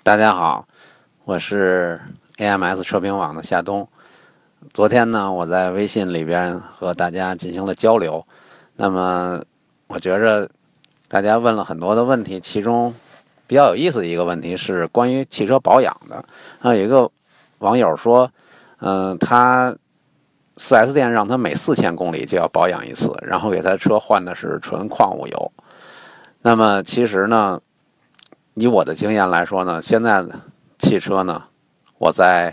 大家好，我是 AMS 车评网的夏冬。昨天呢，我在微信里边和大家进行了交流。那么，我觉着大家问了很多的问题，其中比较有意思的一个问题是关于汽车保养的。有一个网友说，他 4S 店让他每4000公里就要保养一次，然后给他车换的是纯矿物油。那么其实呢，以我的经验来说呢，现在的汽车呢，我在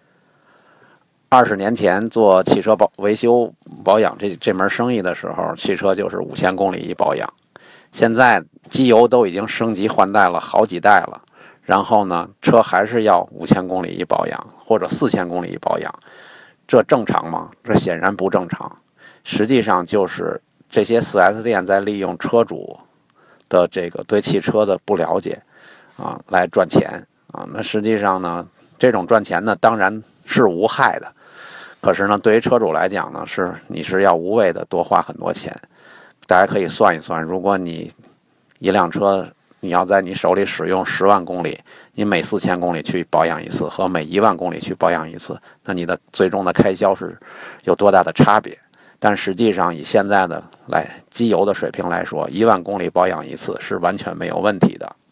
20年前做汽车维修保养这门生意的时候，汽车就是5000公里一保养。现在机油都已经升级换代了好几代了，然后呢，车还是要5000公里一保养，或者4000公里一保养，这正常吗？这显然不正常。实际上就是这些 4S 店在利用车主的这个对汽车的不了解来赚钱那实际上呢，这种赚钱呢当然是无害的，可是呢，对于车主来讲呢，你是要无谓的多花很多钱。大家可以算一算，如果你一辆车你要在你手里使用10万公里，你每4000公里去保养一次和每1万公里去保养一次，那你的最终的开销是有多大的差别？但实际上以现在的机油的水平来说，1万公里保养一次是完全没有问题的。